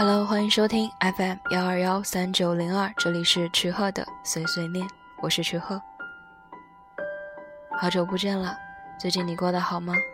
Hello， 欢迎收听 FM 1213902，这里是池鹤的碎碎念，我是池鹤。好久不见了，最近你过得好吗？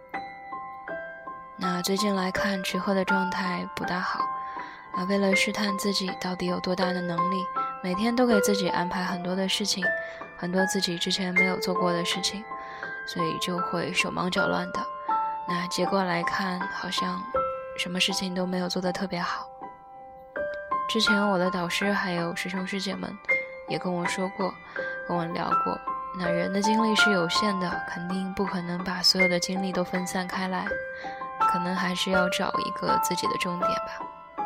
那最近来看，池鹤的状态不大好。为了试探自己到底有多大的能力，每天都给自己安排很多的事情，很多自己之前没有做过的事情，所以就会手忙脚乱的。那结果来看，好像什么事情都没有做得特别好。之前我的导师还有师兄师姐们也跟我说过，跟我聊过，那人的精力是有限的，肯定不可能把所有的精力都分散开来，可能还是要找一个自己的重点吧。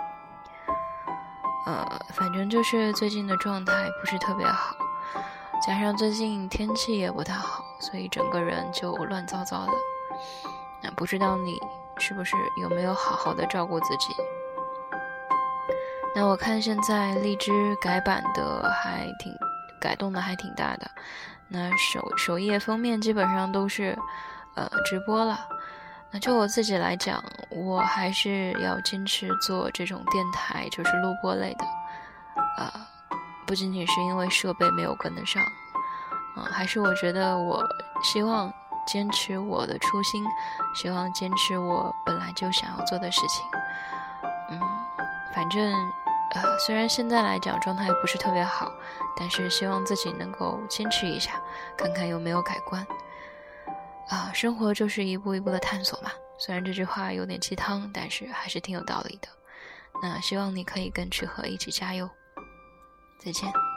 反正就是最近的状态不是特别好，加上最近天气也不太好，所以整个人就乱糟糟的。那不知道你是不是有没有好好的照顾自己？那我看现在荔枝改版的改动的还挺大的，那首页封面基本上都是直播了。那就我自己来讲，我还是要坚持做这种电台，就是录播类的。不仅仅是因为设备没有跟得上，还是我觉得我希望坚持我的初心，希望坚持我本来就想要做的事情。反正虽然现在来讲状态不是特别好，但是希望自己能够坚持一下，看看有没有改观。生活就是一步一步的探索嘛，虽然这句话有点鸡汤，但是还是挺有道理的。那希望你可以跟池鹤一起加油。再见。